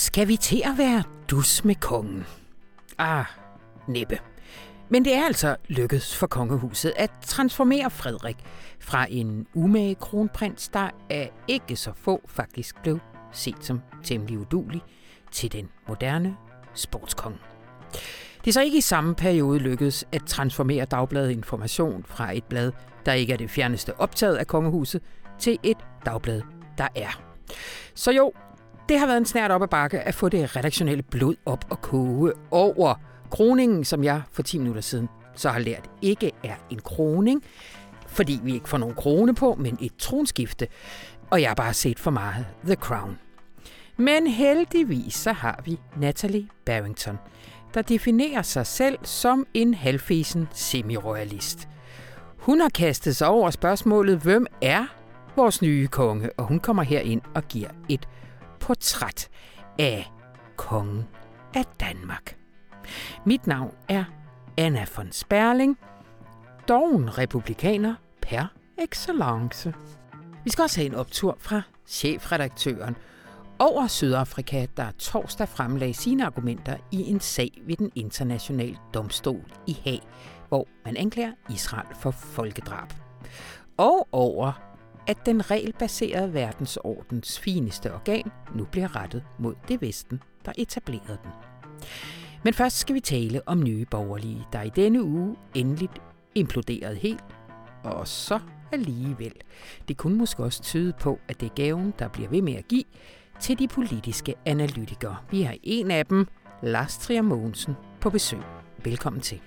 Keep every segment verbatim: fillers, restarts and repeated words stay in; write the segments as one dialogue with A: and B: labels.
A: Skal vi til at være dus med kongen? Ah, næppe. Men det er altså lykkedes for kongehuset at transformere Frederik fra en umage kronprins, der af ikke så få faktisk blev set som temmelig uduelig, til den moderne sportskonge. Det er så ikke i samme periode lykkedes at transformere Dagbladet Information fra et blad, der ikke er det fjerneste optaget af kongehuset, til et dagblad, der er. Så jo, det har været en snært op ad bakke at få det redaktionelle blod op og koge over kroningen, som jeg for ti minutter siden så har lært ikke er en kroning, fordi vi ikke får nogen krone på, men et tronskifte, og jeg har bare set for meget The Crown. Men heldigvis så har vi Natalie Barrington, der definerer sig selv som en halvfesen semi-royalist. Hun har kastet sig over spørgsmålet, hvem er vores nye konge, og hun kommer her ind og giver et portræt af kongen af Danmark. Mit navn er Anna von Sperling, dog en republikaner per excellence. Vi skal også have en optur fra chefredaktøren over Sydafrika, der torsdag fremlagde sine argumenter i en sag ved den internationale domstol i Haag, hvor man anklager Israel for folkedrab. Og over at den regelbaserede verdensordens fineste organ nu bliver rettet mod det Vesten, der etablerede den. Men først skal vi tale om Nye Borgerlige, der i denne uge endeligt imploderede helt, og så alligevel. Det kunne måske også tyde på, at det er gaven, der bliver ved med at give til de politiske analytikere. Vi har en af dem, Lars Trier Mogensen, på besøg. Velkommen til.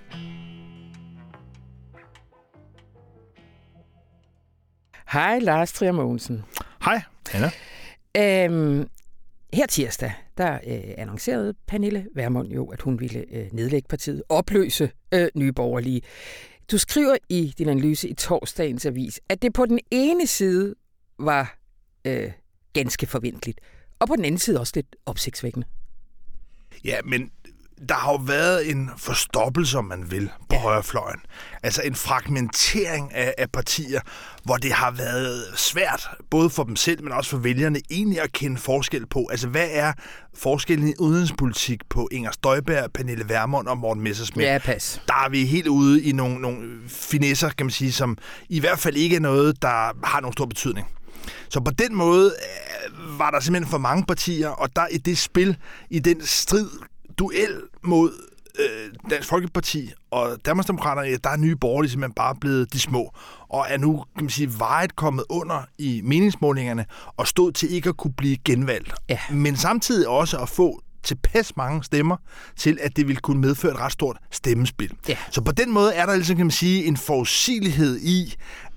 A: Hej Lars Trier Mogensen.
B: Hej, Anna.
A: Øhm, her tirsdag, der øh, annoncerede Pernille Vermund jo, at hun ville øh, nedlægge partiet, opløse øh, Nye Borgerlige. Du skriver i din analyse i torsdagens avis, at det på den ene side var øh, ganske forventeligt, og på den anden side også lidt opsigtsvækkende.
B: Ja, men der har jo været en forstoppelse, om man vil, på ja. højrefløjen. Altså en fragmentering af, af partier, hvor det har været svært, både for dem selv, men også for vælgerne, egentlig at kende forskel på. Altså, hvad er forskellen i udenrigspolitik på Inger Støjberg, Pernille Vermund og Morten Messerschmidt?
A: Ja, pas.
B: Der er vi helt ude i nogle, nogle finesser, kan man sige, som i hvert fald ikke er noget, der har nogen stor betydning. Så på den måde øh, var der simpelthen for mange partier, og der i det spil, i den strid, duel mod øh, Dansk Folkeparti og Danmarksdemokraterne, der er Nye Borgerlige simpelthen bare blevet de små, og er nu, kan man sige, vejet kommet under i meningsmålingerne, og stod til ikke at kunne blive genvalgt.
A: Ja. Men
B: samtidig også at få tilpas mange stemmer til, at det ville kunne medføre et ret stort stemmespil.
A: Ja.
B: Så på den måde er der ligesom, kan man sige, en forudsigelighed i,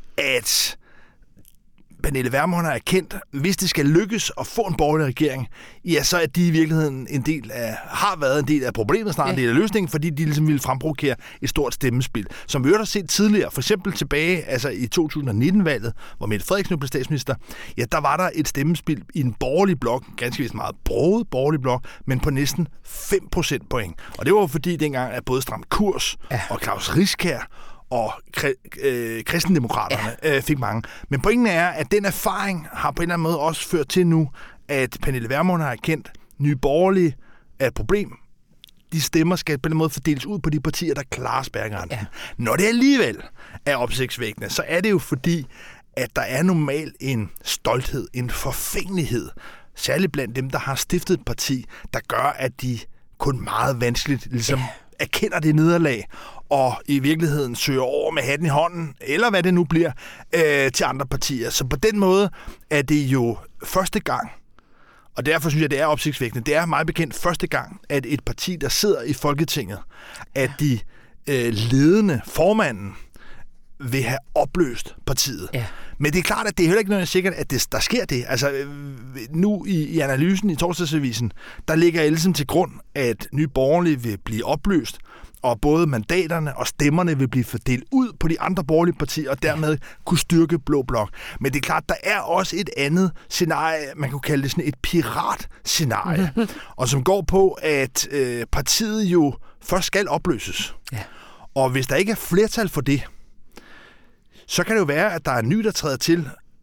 B: at Pernille Vermund har erkendt, hvis det skal lykkes at få en borgerlig regering, ja, så er de i virkeligheden en del af, har været en del af problemet, snart ja. en del af løsningen, fordi de ligesom ville fremprovokere et stort stemmespil. Som vi jo har set tidligere, for eksempel tilbage altså i to tusind og nitten-valget, hvor Mette Frederiksen blev statsminister, ja, der var der et stemmespil i en borgerlig blok, ganske vist meget broget borgerlig blok, men på næsten fem procentpoint. Og det var jo fordi dengang, at både Stram Kurs ja. og Claus Riskær og øh, kristendemokraterne ja. øh, fik mange. Men pointen er, at den erfaring har på en eller anden måde også ført til nu, at Pernille Vermund har erkendt, Nye Borgerlige er et problem. De stemmer skal på en eller anden måde fordeles ud på de partier, der klarer spærregrænsen. Ja. Når det alligevel er opsigtsvækkende, så er det jo fordi, at der er normalt en stolthed, en forfængelighed, særligt blandt dem, der har stiftet et parti, der gør, at de kun meget vanskeligt ligesom ja. erkender det nederlag, og i virkeligheden søger over med hatten i hånden, eller hvad det nu bliver, øh, til andre partier. Så på den måde er det jo første gang, og derfor synes jeg, det er opsigtsvækkende, det er meget bekendt første gang, at et parti, der sidder i Folketinget, at de øh, ledende, formanden, vil have opløst partiet. Ja. Men det er klart, at det er heller ikke noget sikkert, at det, der sker det. Altså nu i, i analysen i torsdagsavisen, der ligger jeg ligesom til grund, at Nye Borgerlige vil blive opløst, og både mandaterne og stemmerne vil blive fordelt ud på de andre borgerlige partier, og dermed kunne styrke Blå Blok. Men det er klart, der er også et andet scenarie, man kunne kalde det sådan et piratscenarie, og som går på, at øh, partiet jo først skal opløses. Ja. Og hvis der ikke er flertal for det, så kan det jo være, at der er en ny, der træder til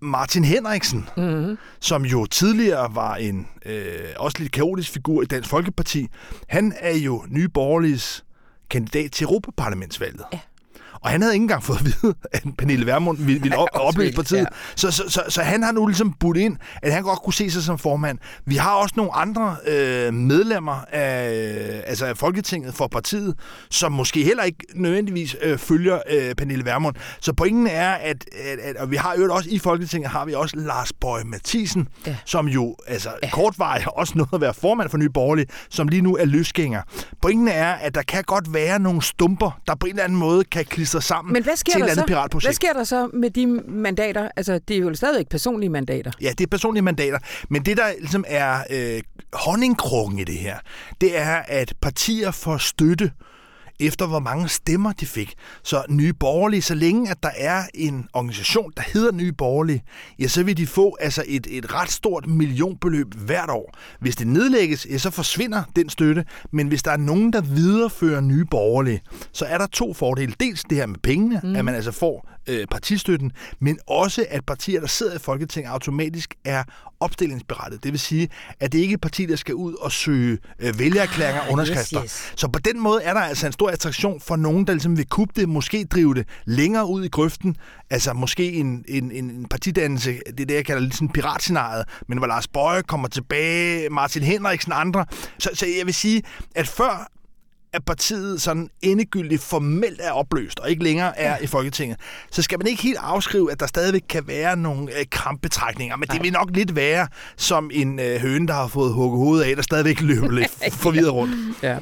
B: Martin Henriksen,
A: mm-hmm.
B: som jo tidligere var en øh, også lidt kaotisk figur i Dansk Folkeparti, han er jo Nye Borgerliges kandidat til Europaparlamentsvalget. Ja. Og han havde ikke engang fået at vide, at Pernille Vermund ville, ville op, opløse partiet. Ja. Så, så, så, så han har nu ligesom budt ind, at han godt kunne se sig som formand. Vi har også nogle andre øh, medlemmer af, altså af Folketinget for partiet, som måske heller ikke nødvendigvis øh, følger øh, Pernille Vermund. Så pointen er, at, at, at og vi har jo også i Folketinget, har vi også Lars Boje Mathiesen, ja. som jo altså ja. kortvarigt også nåede at være formand for Nye Borgerlige, som lige nu er løsgænger. Pointen er, at der kan godt være nogle stumper, der på en eller anden måde kan klistre sammen.
A: Men hvad sker,
B: til
A: der
B: et
A: så?
B: piratprojekt.
A: Hvad sker der så med de mandater? Altså, det er jo stadigvæk personlige mandater.
B: Ja, det er personlige mandater. Men det, der ligesom er øh, honningkrukken i det her, det er, at partier får støtte efter hvor mange stemmer de fik. Så Nye Borgerlige, så længe at der er en organisation, der hedder Nye Borgerlige, ja, så vil de få altså et, et ret stort millionbeløb hvert år. Hvis det nedlægges, ja, så forsvinder den støtte, men hvis der er nogen, der viderefører Nye Borgerlige, så er der to fordele. Dels det her med pengene, mm. at man altså får øh, partistøtten, men også at partier, der sidder i Folketinget, automatisk er opstillingsberettet. Det vil sige, at det ikke er et parti, der skal ud og søge øh, vælgererklæringer og underskrifter. Yes, yes. Så på den måde er der altså en stor attraktion for nogen, der ligesom vil kuppe det, måske drive det længere ud i grøften. Altså måske en, en, en partidannelse, det er det, jeg kalder lidt sådan piratscenariet, men hvor Lars Boje kommer tilbage, Martin Henriksen og andre. Så, så jeg vil sige, at før at partiet sådan endegyldigt formelt er opløst og ikke længere er i Folketinget, så skal man ikke helt afskrive, at der stadigvæk kan være nogle øh, krampetrækninger, men det vil nok lidt være som en øh, høne, der har fået hugget hovedet af, der stadigvæk løber lidt forvirret rundt. Ja.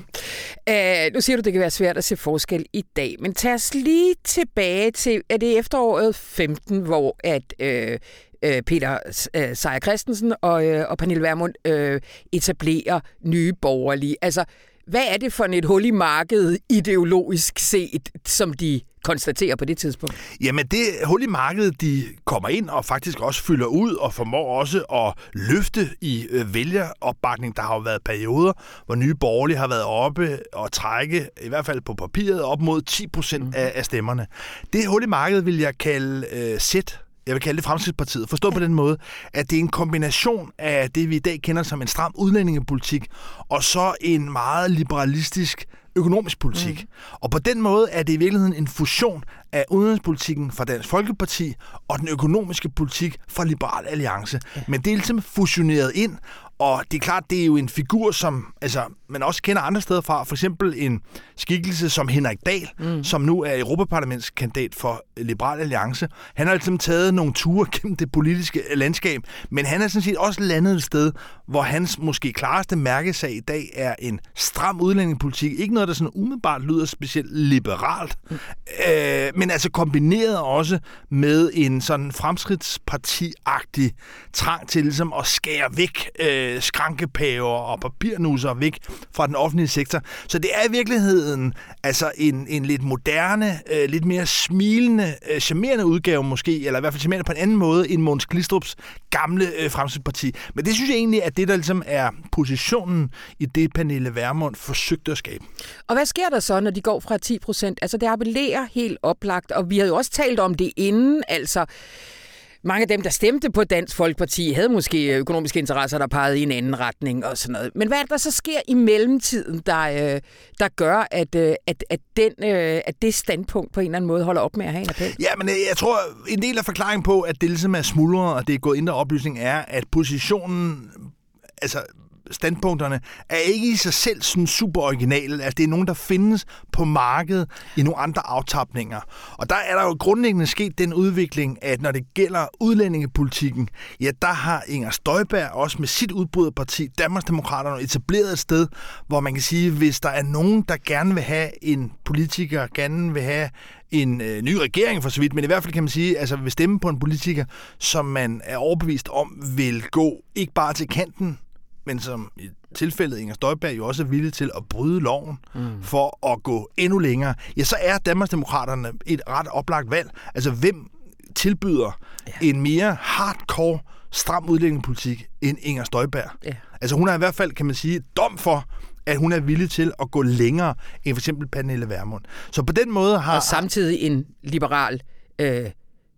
A: Uh, nu siger du, det kan være svært at se forskel i dag, men tag os lige tilbage til, er det efteråret femten, hvor at øh, Peter Seier Christensen og, og Pernille Vermund øh, etablerer Nye Borgerlige. Altså, hvad er det for et hul i markedet ideologisk set, som de konstaterer på det tidspunkt?
B: Jamen det hul i markedet, de kommer ind og faktisk også fylder ud og formår også at løfte i øh, vælgeropbakning. Der har jo været perioder, hvor Nye Borgerlige har været oppe og trække, i hvert fald på papiret, op mod ti procent mm. af, af stemmerne. Det hul i markedet vil jeg kalde øh, sæt. Jeg vil kalde det Fremskridtspartiet. Forstå på den måde, at det er en kombination af det, vi i dag kender som en stram udlændingepolitik, og så en meget liberalistisk økonomisk politik. Mm. Og på den måde er det i virkeligheden en fusion af udenrigspolitikken fra Dansk Folkeparti og den økonomiske politik fra Liberal Alliance. Ja. Men det er ligesom fusioneret ind, og det er klart, det er jo en figur, som altså, man også kender andre steder fra. For eksempel en skikkelse som Henrik Dahl, mm. som nu er europaparlamentskandidat for Liberal Alliance. Han har ligesom taget nogle ture gennem det politiske landskab, men han er sådan set også landet et sted, hvor hans måske klareste mærkesag i dag er en stram udlændingepolitik. Ikke noget, der sådan umiddelbart lyder specielt liberalt, mm. øh, men altså kombineret også med en sådan fremskridtsparti-agtig trang til ligesom at skære væk øh, skrankepaver og papirnusser væk fra den offentlige sektor. Så det er i virkeligheden altså en, en lidt moderne, øh, lidt mere smilende, øh, charmerende udgave måske, eller i hvert fald charmerende på en anden måde, end Mogens Glistrups gamle øh, Fremskridtsparti. Men det synes jeg egentlig, at det der ligesom er positionen i det, Pernille Vermund forsøgte at skabe.
A: Og hvad sker der så, når de går fra ti procent? Altså det appellerer helt oplagt, og vi har jo også talt om det inden, altså mange af dem, der stemte på Dansk Folkeparti, havde måske økonomiske interesser, der pegede i en anden retning og sådan noget. Men hvad er det, der så sker i mellemtiden, der, der gør, at, at, at, den, at det standpunkt på en eller anden måde holder op med at have en appel?
B: Ja, men jeg tror, en del af forklaringen på, at det ligesom er smuldret, og det er gået indre oplysning, er, at positionen, altså standpunkterne, er ikke i sig selv sådan super originale. Altså, det er nogen, der findes på markedet i nogle andre aftapninger. Og der er der jo grundlæggende sket den udvikling, at når det gælder udlændingepolitikken, ja, der har Inger Støjberg også med sit udbryderparti, Danmarksdemokraterne, etableret et sted, hvor man kan sige, hvis der er nogen, der gerne vil have en politiker, gerne vil have en øh, ny regering for så vidt, men i hvert fald kan man sige, altså vil stemme på en politiker, som man er overbevist om, vil gå ikke bare til kanten, men som i tilfældet Inger Støjberg jo også er villig til at bryde loven mm. for at gå endnu længere, ja, så er Danmarksdemokraterne et ret oplagt valg. Altså, hvem tilbyder ja. en mere hardcore, stram udlændingepolitik end Inger Støjberg? Ja. Altså, hun er i hvert fald, kan man sige, dom for, at hun er villig til at gå længere end for eksempel Pernille Vermund. Så på den måde har...
A: Og samtidig en liberal... Øh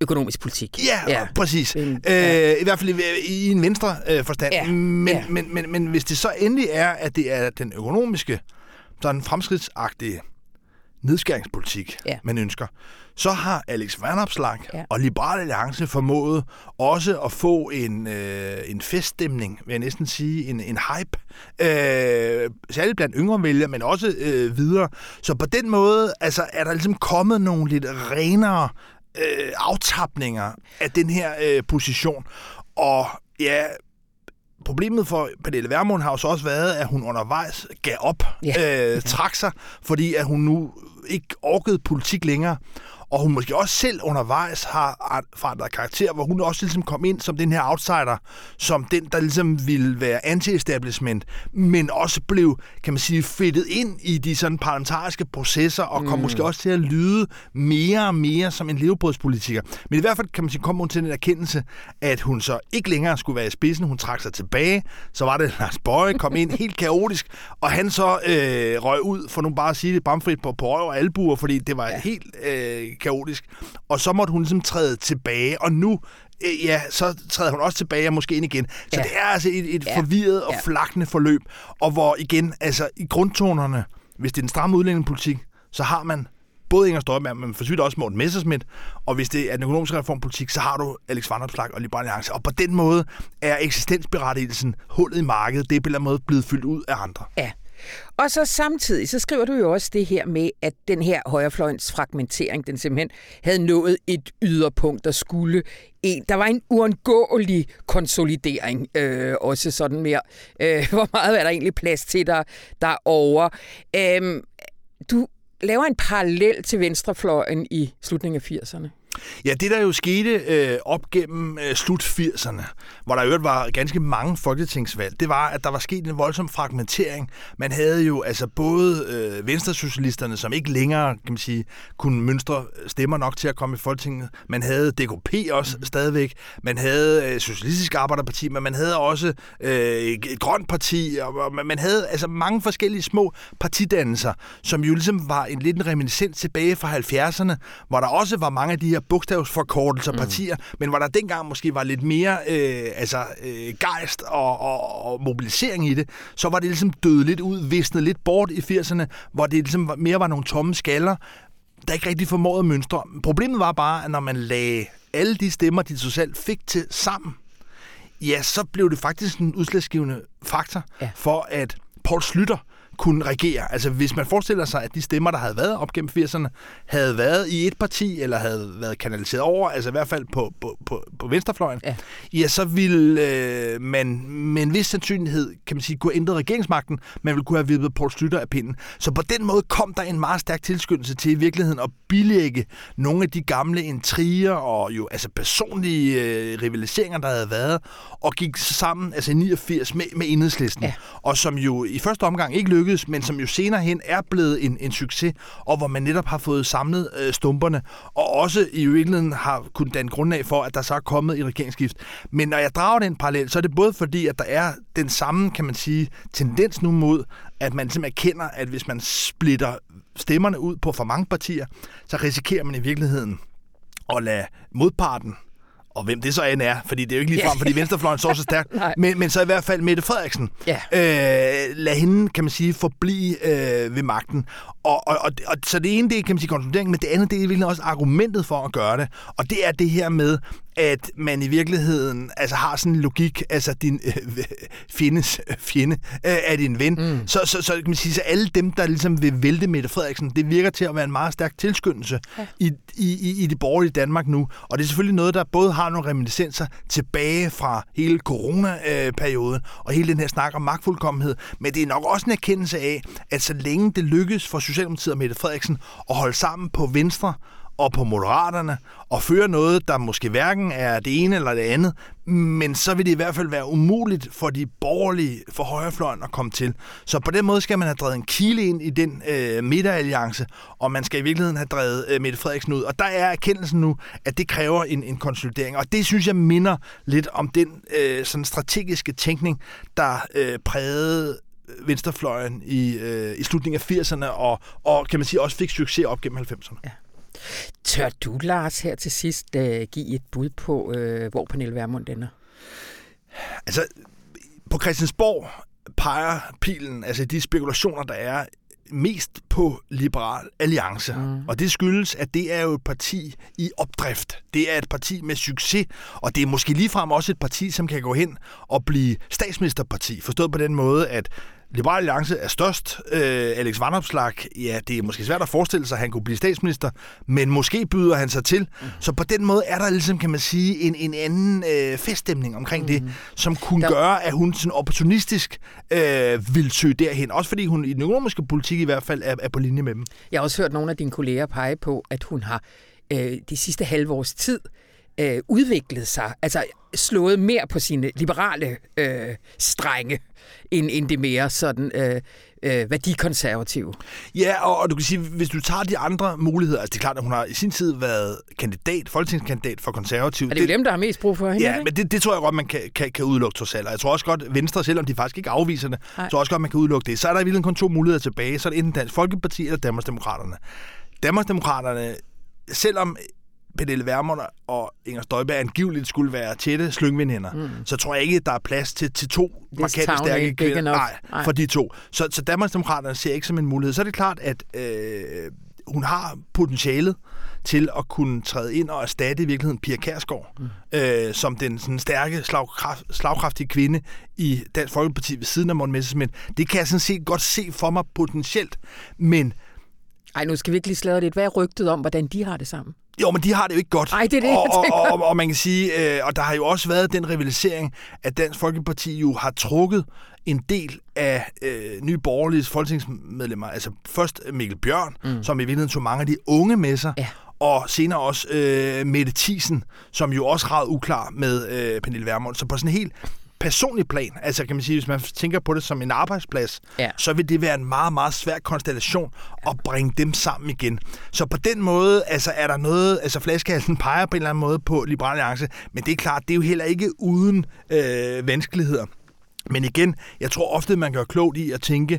A: økonomisk politik.
B: Ja, ja. præcis. En, ja. Øh, I hvert fald i, i en venstre øh, forstand. Ja. Men, ja. Men, men, men hvis det så endelig er, at det er den økonomiske, sådan fremskridtsagtige nedskæringspolitik, ja. man ønsker, så har Alex Vanopslagh ja. og Liberal Alliance formået også at få en, øh, en feststemning, vil jeg næsten sige, en, en hype, øh, særligt blandt yngre vælgere, men også øh, videre. Så på den måde altså, er der ligesom kommet nogle lidt renere øh, aftapninger af den her øh, position. Og ja, problemet for Pernille Vermund har jo så også været, at hun undervejs gav op, yeah. øh, trak sig, fordi at hun nu ikke orkede politik længere. Og hun måske også selv undervejs har forandret karakter, hvor hun også ligesom kom ind som den her outsider, som den, der ligesom ville være anti-establishment, men også blev, kan man sige, fedtet ind i de sådan parlamentariske processer, og kom mm. måske også til at lyde mere og mere som en levebrødspolitiker. Men i hvert fald kan man sige, kom hun til den erkendelse, at hun så ikke længere skulle være i spidsen. Hun trak sig tilbage. Så var det Lars Boje, kom ind helt kaotisk, og han så øh, røg ud, for nu bare at sige det, bramfrit på, på røv og albuer, fordi det var ja. helt øh, kaotisk. Og så måtte hun ligesom træde tilbage, og nu, øh, ja, så træder hun også tilbage og måske ind igen. Så ja. det er altså et, et ja. forvirret og ja. flakkende forløb, og hvor igen, altså i grundtonerne, hvis det er den stramme udlændingepolitik, så har man både Inger Støjberg, men for så vidt også Morten Messerschmidt, og hvis det er den økonomiske reformpolitik, så har du Alex Vanopslagh og Liberal Alliance. Og på den måde er eksistensberettigelsen hullet i markedet, det er på en måde blevet fyldt ud af andre.
A: Ja. Og så samtidig, så skriver du jo også det her med, at den her højrefløjens fragmentering, den simpelthen havde nået et yderpunkt, der skulle en. Der var en uundgåelig konsolidering, øh, også sådan mere. Øh, hvor meget er der egentlig plads til der derovre? Øh, du laver en parallel til venstrefløjen i slutningen af firserne.
B: Ja, det der jo skete øh, op gennem øh, slut firserne, hvor der jo var ganske mange folketingsvalg, det var, at der var sket en voldsom fragmentering. Man havde jo altså både øh, venstresocialisterne, som ikke længere kan man sige, kunne mønstre stemmer nok til at komme i Folketinget. Man havde D K P også mm. stadigvæk. Man havde øh, Socialistisk Arbejderparti, men man havde også øh, et grønt parti, og, og man havde altså mange forskellige små partidannelser, som jo ligesom var en lidt en reminiscens tilbage fra halvfjerdserne, hvor der også var mange af de her bogstavsforkortelser, partier, mm. men hvor der dengang måske var lidt mere øh, altså, øh, gejst og, og, og mobilisering i det, så var det ligesom døde lidt ud, visnet lidt bort i firserne, hvor det ligesom mere var nogle tomme skaller, der ikke rigtig formåede at mønstre. Problemet var bare, at når man lagde alle de stemmer, de så selv fik til sammen, ja, så blev det faktisk en udslagsgivende faktor ja. for, at Poul Schlüter kunne regere. Altså hvis man forestiller sig, at de stemmer, der havde været op gennem firserne, havde været i et parti, eller havde været kanaliseret over, altså i hvert fald på, på, på, på venstrefløjen, ja. ja, så ville øh, man med en vis sandsynlighed, kan man sige, kunne ændre regeringsmagten, man ville kunne have vippet Poul Schlüter af pinden. Så på den måde kom der en meget stærk tilskyndelse til i virkeligheden at bilægge nogle af de gamle intriger og jo altså personlige øh, rivaliseringer, der havde været, og gik sammen altså i niogfirs med, med Enhedslisten, ja. og som jo i første omgang ikke lykkedes, men som jo senere hen er blevet en, en succes, og hvor man netop har fået samlet øh, stumperne, og også i virkeligheden har kunnet danne grundlag for, at der så er kommet i regeringsskift. Men når jeg drager den parallel, så er det både fordi, at der er den samme, kan man sige, tendens nu mod, at man simpelthen erkender, at hvis man splitter stemmerne ud på for mange partier, så risikerer man i virkeligheden at lade modparten, og hvem det så end er, fordi det er jo ikke ligefrem, fordi venstrefløjen så så stærkt, men, men så i hvert fald Mette Frederiksen. Ja. Øh, lad hende, kan man sige, forblive øh, ved magten. Og, og, og, og så det ene, det er, kan man sige, konsolidering, men det andet, det er virkelig også argumentet for at gøre det. Og det er det her med, at man i virkeligheden altså har sådan en logik, altså din øh, fjendes fjende øh, er din ven. Mm. Så, så, så kan man sige, så alle dem, der ligesom vil vælte Mette Frederiksen, det virker til at være en meget stærk tilskyndelse ja. i, i, i det borgerlige Danmark nu. Og det er selvfølgelig noget, der både har nogle reminiscenser tilbage fra hele coronaperioden og hele den her snak om magtfuldkommenhed, men det er nok også en erkendelse af, at så længe det lykkes for Socialdemokratiet og Mette Frederiksen at holde sammen på Venstre og på Moderaterne, og føre noget, der måske hverken er det ene eller det andet, men så vil det i hvert fald være umuligt for de borgerlige, for højrefløjen at komme til. Så på den måde skal man have drevet en kile ind i den øh, midteralliance, og man skal i virkeligheden have drevet øh, Mette Frederiksen ud. Og der er erkendelsen nu, at det kræver en, en konsolidering, og det synes jeg minder lidt om den øh, sådan strategiske tænkning, der øh, prægede venstrefløjen i, øh, i slutningen af firserne, og, og kan man sige også fik succes op gennem halvfemserne. Ja.
A: Tør du, Lars, her til sidst øh, give et bud på, øh, hvor Pernille Vermund ender?
B: Altså, på Christiansborg peger pilen, altså de spekulationer, der er, mest på Liberal Alliance. Mm. Og det skyldes, at det er jo et parti i opdrift. Det er et parti med succes, og det er måske ligefrem også et parti, som kan gå hen og blive statsministerparti. Forstået på den måde, at Liberal Alliance er størst. Øh, Alex Vanopslagh, ja, det er måske svært at forestille sig, at han kunne blive statsminister, men måske byder han sig til. Mm. Så på den måde er der ligesom, kan man sige, en, en anden øh, feststemning omkring mm. det, som kunne der... gøre, at hun sådan opportunistisk øh, vil søge derhen. Også fordi hun i den økonomiske politik i hvert fald er, er på linje med dem.
A: Jeg har også hørt nogle af dine kolleger pege på, at hun har øh, de sidste halve års tid øh, udviklet sig, altså slået mere på sine liberale øh, strenge, end, end det mere sådan øh, øh, værdikonservative.
B: Ja, og, og du kan sige, hvis du tager de andre muligheder, altså det er klart, at hun har i sin tid været kandidat, folketingskandidat for konservativ.
A: Er det, det jo dem, der har mest brug for hende?
B: Ja, men det, det tror jeg godt, man kan, kan, kan udelukke trods alt. Og jeg tror også godt, Venstre, selvom de faktisk ikke afviser det, Nej. tror også godt, man kan udelukke det. Så er der i virkeligheden kun to muligheder tilbage. Så er det enten Dansk Folkeparti eller Danmarksdemokraterne. Danmarksdemokraterne, selvom Pernille Vermund og Inger Støjberg angiveligt skulle være tætte slyngveninder, mm. så tror jeg ikke, at der er plads til, til to markante stærke kvinder Nej, Nej. for de to. Så, så Danmarksdemokraterne ser ikke som en mulighed. Så er det klart, at øh, hun har potentialet til at kunne træde ind og erstatte i virkeligheden Pia Kjærsgaard, mm. øh, som den sådan stærke, slagkraft, slagkraftige kvinde i Dansk Folkeparti ved siden af Morten Messerschmidt. Det kan jeg sådan set godt se for mig potentielt, men...
A: Ej, nu skal vi ikke lige sladre det. Hvad er rygtet om, hvordan de har det sammen?
B: Jo, men de har det jo ikke godt.
A: Ej, det er det,
B: og, og, og, og, og man kan sige, øh, og der har jo også været den rivalisering, at Dansk Folkeparti jo har trukket en del af øh, Nye Borgerliges folketingsmedlemmer. Altså først Mikkel Bjørn, mm. som i virkeligheden tog mange af de unge med sig, ja. og senere også øh, Mette Thiesen, som jo også ret uklar med øh, Pernille Vermund. Så på sådan en helt personlig plan, altså kan man sige, hvis man tænker på det som en arbejdsplads, ja. så vil det være en meget, meget svær konstellation at bringe dem sammen igen. Så på den måde, altså er der noget, altså flaskehalsen peger på en eller anden måde på Liberal Alliance, men det er klart, det er jo heller ikke uden øh, vanskeligheder. Men igen, jeg tror ofte, man gør klogt i at tænke,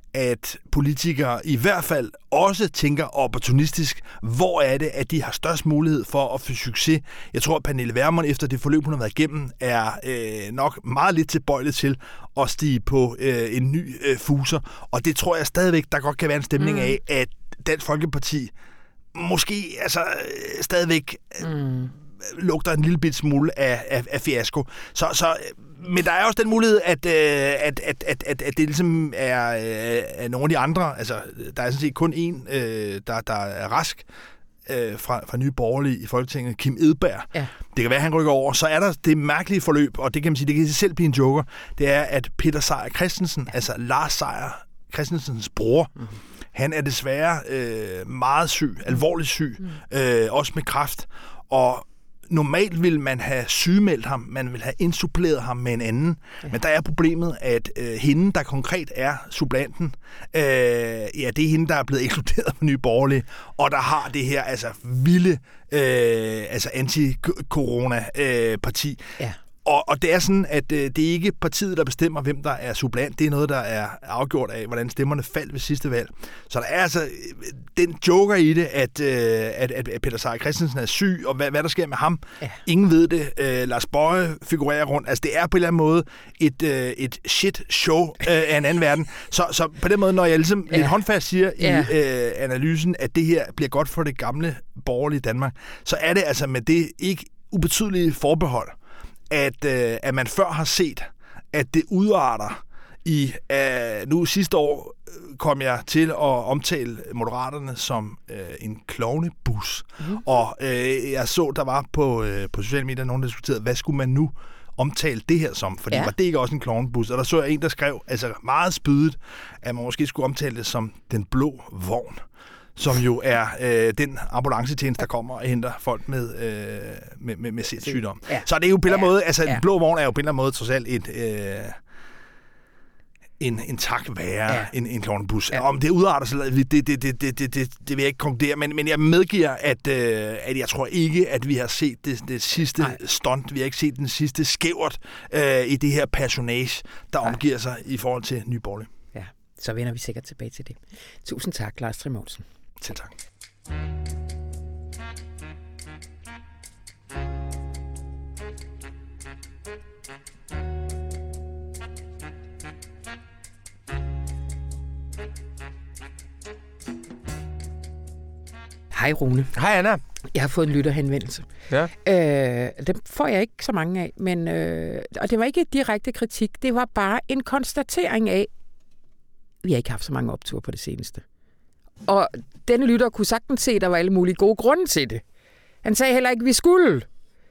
B: at politikere i hvert fald også tænker opportunistisk, hvor er det, at de har størst mulighed for at få succes. Jeg tror, at Pernille Vermund, efter det forløb, hun har været igennem, er øh, nok meget lidt tilbøjelig til at stige på øh, en ny øh, fuser. Og det tror jeg stadigvæk, der godt kan være en stemning mm. af, at Dansk Folkeparti måske altså øh, stadigvæk øh, mm. lugter en lille bit smule af, af, af fiasko. Så, så men der er også den mulighed, at, at, at, at, at, at det ligesom er, er nogle af de andre, altså der er sådan set kun en, der, der er rask fra, fra Nye Borgerlige i Folketinget, Kim Edberg. Ja. Det kan være, at han rykker over. Så er der det mærkelige forløb, og det kan man sige, det kan i sig selv blive en joker, det er, at Peter Seier Christensen, altså Lars Seier Christensens bror, mm-hmm. han er desværre øh, meget syg, alvorligt syg, mm. øh, også med kræft, og normalt vil man have sygemeldt ham, man vil have insuppleret ham med en anden, ja. men der er problemet, at øh, hende, der konkret er supplanten, øh, ja, det er hende, der er blevet ekskluderet på Nye Borgerlige, og der har det her altså vilde øh, altså anti-corona-parti. Øh, ja. Og, og det er sådan, at øh, det er ikke partiet, der bestemmer, hvem der er supplant. Det er noget, der er afgjort af, hvordan stemmerne faldt ved sidste valg. Så der er altså den joker i det, at, øh, at, at Peter Seier Christensen er syg, og hvad, hvad der sker med ham. Ja. Ingen ved det. Øh, Lars Boje figurerer rundt. Altså, det er på en eller anden måde et, øh, et shit show øh, af en anden verden. Så, så på den måde, når jeg ligesom ja. lidt håndfast siger ja. i øh, analysen, at det her bliver godt for det gamle borgerlige Danmark, så er det altså med det ikke ubetydelige forbehold, at, øh, at man før har set, at det udarter i... Øh, nu sidste år kom jeg til at omtale Moderaterne som øh, en klovnebus. Mm-hmm. Og øh, jeg så, der var på, øh, på sociale medier nogen, der diskuterede, hvad skulle man nu omtale det her som? Fordi ja. var det ikke også en klovnebus? Og der så jeg en, der skrev altså meget spydigt, at man måske skulle omtale det som den blå vogn, som jo er øh, den ambulancetjeneste, der kommer og henter folk med, øh, med, med, med sindssygdom. Ja. Så det er jo på en eller anden måde, altså ja. en blå vogn er jo på en eller anden måde trods alt et, øh, en, en tak værre, ja. en, en klovnebus. Ja. Om det udarter sig, det, det, det, det, det, det, det vil jeg ikke konkludere, men, men jeg medgiver, at, øh, at jeg tror ikke, at vi har set det, det sidste Nej. stunt, vi har ikke set den sidste skævert øh, i det her personage, der Nej. omgiver sig i forhold til Nye Borgerlige.
A: Ja, så vender vi sikkert tilbage til det. Tusind tak, Lars Trier Mogensen.
B: Selv tak.
A: Hej Rune.
C: Hej Anna.
A: Jeg har fået en lytterhenvendelse.
C: Ja.
A: Øh, dem får jeg ikke så mange af, men øh, og det var ikke et direkte kritik. Det var bare en konstatering af, vi har ikke haft så mange opture på det seneste. Og denne lytter kunne sagtens se, at der var alle mulige gode grunde til det. Han sagde heller ikke, at vi skulle.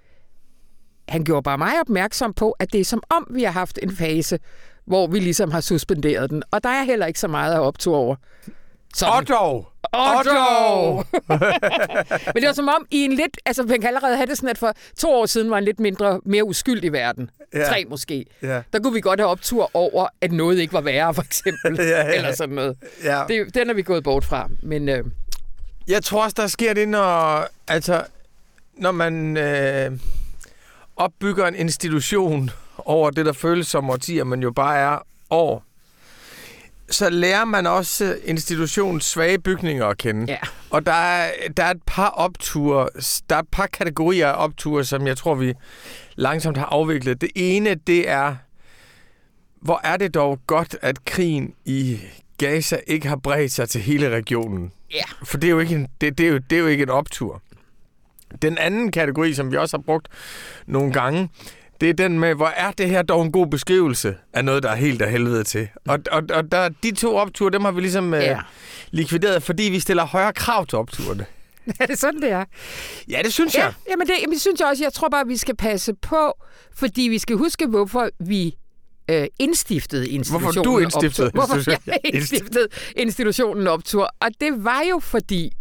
A: Han gjorde bare mig opmærksom på, at det er som om, vi har haft en fase, hvor vi ligesom har suspenderet den. Og der er heller ikke så meget at opture over.
C: Otto!
A: Otto! Men det var som om, i en lidt... Altså, man kan allerede have det sådan, at for to år siden var en lidt mindre, mere uskyldig verden. Ja. Tre måske. Ja. Der kunne vi godt have optur over, at noget ikke var værre, for eksempel. ja, ja. Eller sådan noget. Ja. Det, den er vi gået bort fra. Men, øh...
C: Jeg tror også, der sker det, når, altså, når man øh, opbygger en institution over det, der føles som årtier, men jo bare er år. Så lærer man også institutionens svage bygninger at kende.
A: Ja.
C: Og der er, der er et par opture, der er et par kategorier af opture, som jeg tror, vi langsomt har afviklet. Det ene, det er, hvor er det dog godt, at krigen i Gaza ikke har bredt sig til hele regionen.
A: Ja.
C: For det er jo ikke en, det, det er jo, det er jo ikke en optur. Den anden kategori, som vi også har brugt nogle gange, det er den med, hvor er det her dog en god beskrivelse af noget, der er helt af helvede til. Og, og, og der, de to opture, dem har vi ligesom ja. øh, likvideret, fordi vi stiller højere krav til opturene.
A: Er det sådan, det er?
C: Ja, det synes
A: ja,
C: jeg.
A: Jamen, det, jamen, det synes jeg også. Jeg tror bare, vi skal passe på, fordi vi skal huske, hvorfor vi øh, indstiftede institutionen.
C: Hvorfor du indstiftede
A: optur. Hvorfor jeg indstiftede institutionen optur. Og det var jo, fordi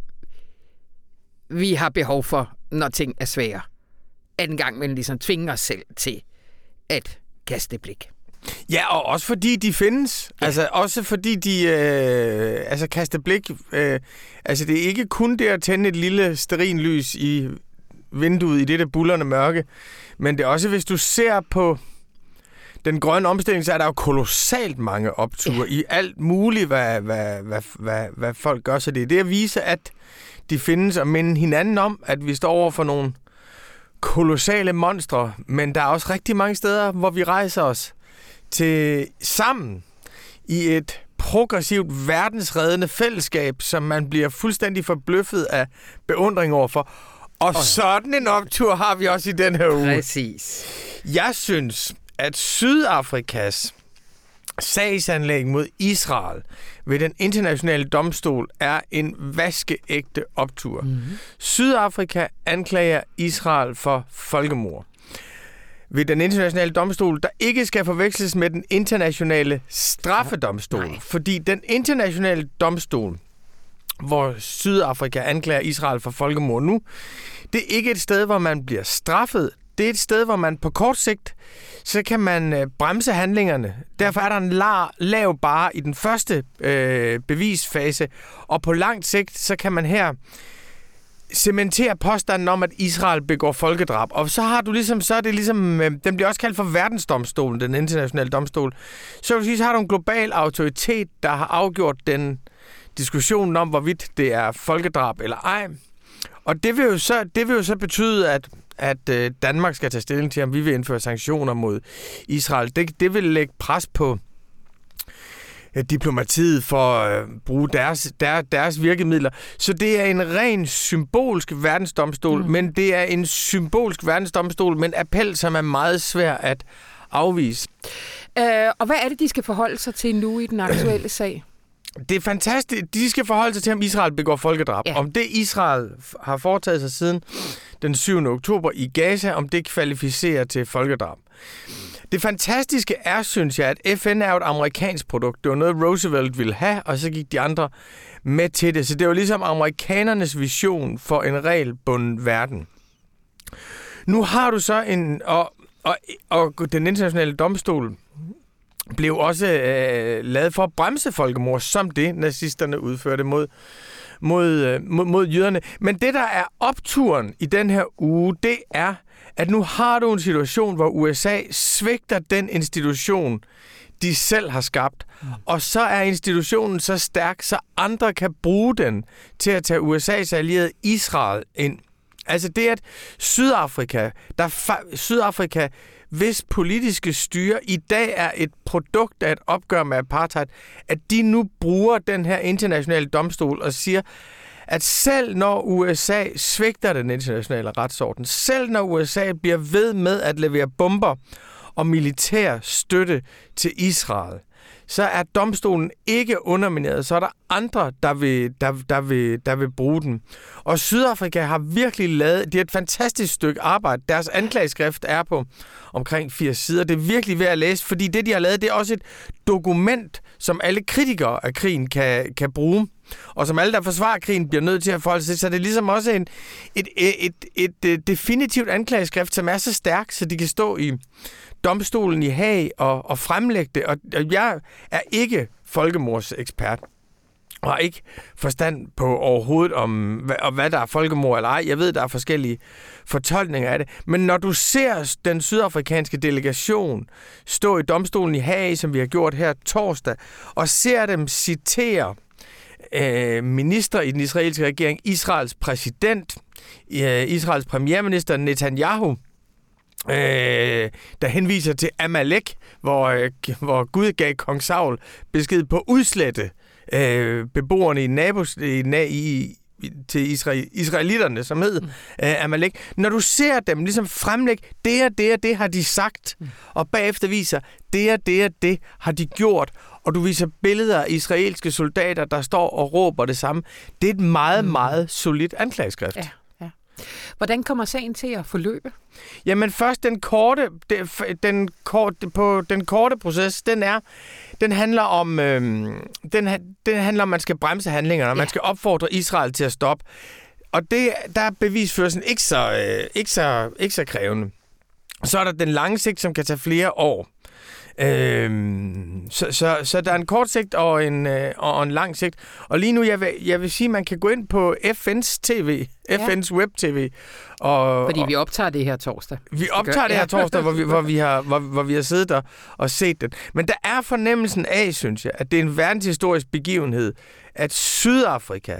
A: vi har behov for, når ting er svære, at en gang man ligesom tvinger os selv til at kaste blik.
C: Ja, og også fordi de findes. Ja. Altså også fordi de øh, altså kaster blik. Øh, altså det er ikke kun det at tænde et lille stearinlys i vinduet i det der buldrende mørke, men det er også, hvis du ser på den grønne omstilling, så er der jo kolossalt mange opture ja. i alt muligt, hvad, hvad, hvad, hvad, hvad folk gør. Så det er det at vise, at de findes, og minde hinanden om, at vi står over for nogle kolossale monstre, men der er også rigtig mange steder, hvor vi rejser os til sammen i et progressivt, verdensreddende fællesskab, som man bliver fuldstændig forbløffet af beundring overfor. Og oh. sådan en optur har vi også i den her uge.
A: Præcis.
C: Jeg synes, at Sydafrikas sagsanlæg mod Israel ved den internationale domstol er en vaskeægte optur. Mm-hmm. Sydafrika anklager Israel for folkemord ved den internationale domstol, der ikke skal forveksles med den internationale straffedomstol. Nej. Fordi den internationale domstol, hvor Sydafrika anklager Israel for folkemord nu, det er ikke et sted, hvor man bliver straffet. Det er et sted, hvor man på kort sigt, så kan man øh, bremse handlingerne. Derfor er der en la- lav bare i den første øh, bevisfase, og på langt sigt, så kan man her cementere påstanden om, at Israel begår folkedrab. Og så har du ligesom, så er det ligesom, øh, den bliver også kaldt for verdensdomstolen, den internationale domstol. Så vil sige, så har du en global autoritet, der har afgjort den diskussion om, hvorvidt det er folkedrab eller ej. Og det vil jo så, det vil jo så betyde, at at øh, Danmark skal tage stilling til, om vi vil indføre sanktioner mod Israel. Det, det vil lægge pres på øh, diplomatiet for at øh, bruge deres, der, deres virkemidler. Så det er en ren symbolsk verdensdomstol, mm. men det er en symbolsk verdensdomstol med en appel, som er meget svær at afvise.
A: Øh, og hvad er det, de skal forholde sig til nu i den aktuelle sag?
C: Det er fantastisk. De skal forholde sig til, om Israel begår folkedrab. Ja. Om det Israel har foretaget sig siden den syvende oktober i Gaza, om det kvalificerer til folkedrab. Det fantastiske er, synes jeg, at F N er et amerikansk produkt. Det var noget, Roosevelt ville have, og så gik de andre med til det. Så det var ligesom amerikanernes vision for en regelbunden verden. Nu har du så en... Og, og, og den internationale domstol blev også øh, lavet for at bremse folkemord, som det nazisterne udførte mod, mod, øh, mod, mod jøderne. Men det, der er opturen i den her uge, det er, at nu har du en situation, hvor U S A svigter den institution, de selv har skabt. Mm. Og så er institutionen så stærk, så andre kan bruge den til at tage U S A's allierede Israel ind. Altså det, at Sydafrika, der fa- Sydafrika, hvis politiske styre i dag er et produkt af et opgør med apartheid, at de nu bruger den her internationale domstol og siger, at selv når U S A svigter den internationale retsorden, selv når U S A bliver ved med at levere bomber og militær støtte til Israel, så er domstolen ikke undermineret, så er der andre, der vil, der, der vil, der vil bruge den. Og Sydafrika har virkelig lavet, det er et fantastisk stykke arbejde. Deres anklageskrift er på omkring firs sider. Det er virkelig værd at læse, fordi det, de har lavet, det er også et dokument, som alle kritikere af krigen kan, kan bruge, og som alle, der forsvarer krigen, bliver nødt til at forholde sig til. Så det er ligesom også en, et, et, et, et, et definitivt anklageskrift, som er så stærk, så de kan stå i domstolen i Haag og, og fremlægge det. Og, og jeg er ikke folkemordsekspert og har ikke forstand på overhovedet om, hvad, og hvad der er folkemord eller ej. Jeg ved, der er forskellige fortolkninger af det. Men når du ser den sydafrikanske delegation stå i domstolen i Haag, som vi har gjort her torsdag, og ser dem citere øh, minister i den israelske regering, Israels præsident, øh, Israels premierminister Netanyahu, Øh, der henviser til Amalek, hvor, øh, hvor Gud gav kong Saul besked på udslette øh, beboerne i nabos, i, i, til Israel, israelitterne, som hed øh, Amalek. Når du ser dem ligesom fremlægge, det og det og det har de sagt, og bagefter viser, det og det og det har de gjort, og du viser billeder af israelske soldater, der står og råber det samme. Det er et meget, meget solidt anklageskrift.
A: Ja. Hvordan kommer sagen til at forløbe?
C: Jamen først den korte, den korte, på den korte proces, den er, den handler om, øhm, den, den handler om, man skal bremse handlingerne, og ja. man skal opfordre Israel til at stoppe. Og det, der er bevisførelsen ikke så, øh, ikke så, ikke så krævende. Så er der den lange sigt, som kan tage flere år. Øhm, så, så, så der er en kort sigt og en, øh, og en lang sigt. Og lige nu, jeg vil, jeg vil sige, at man kan gå ind på F N's tv, ja. F N's web-tv. Og,
A: Fordi vi optager det her torsdag.
C: Vi optager det her torsdag, hvor vi, hvor, vi har, hvor, hvor vi har siddet der og set det. Men der er fornemmelsen af, synes jeg, at det er en verdenshistorisk begivenhed, at Sydafrika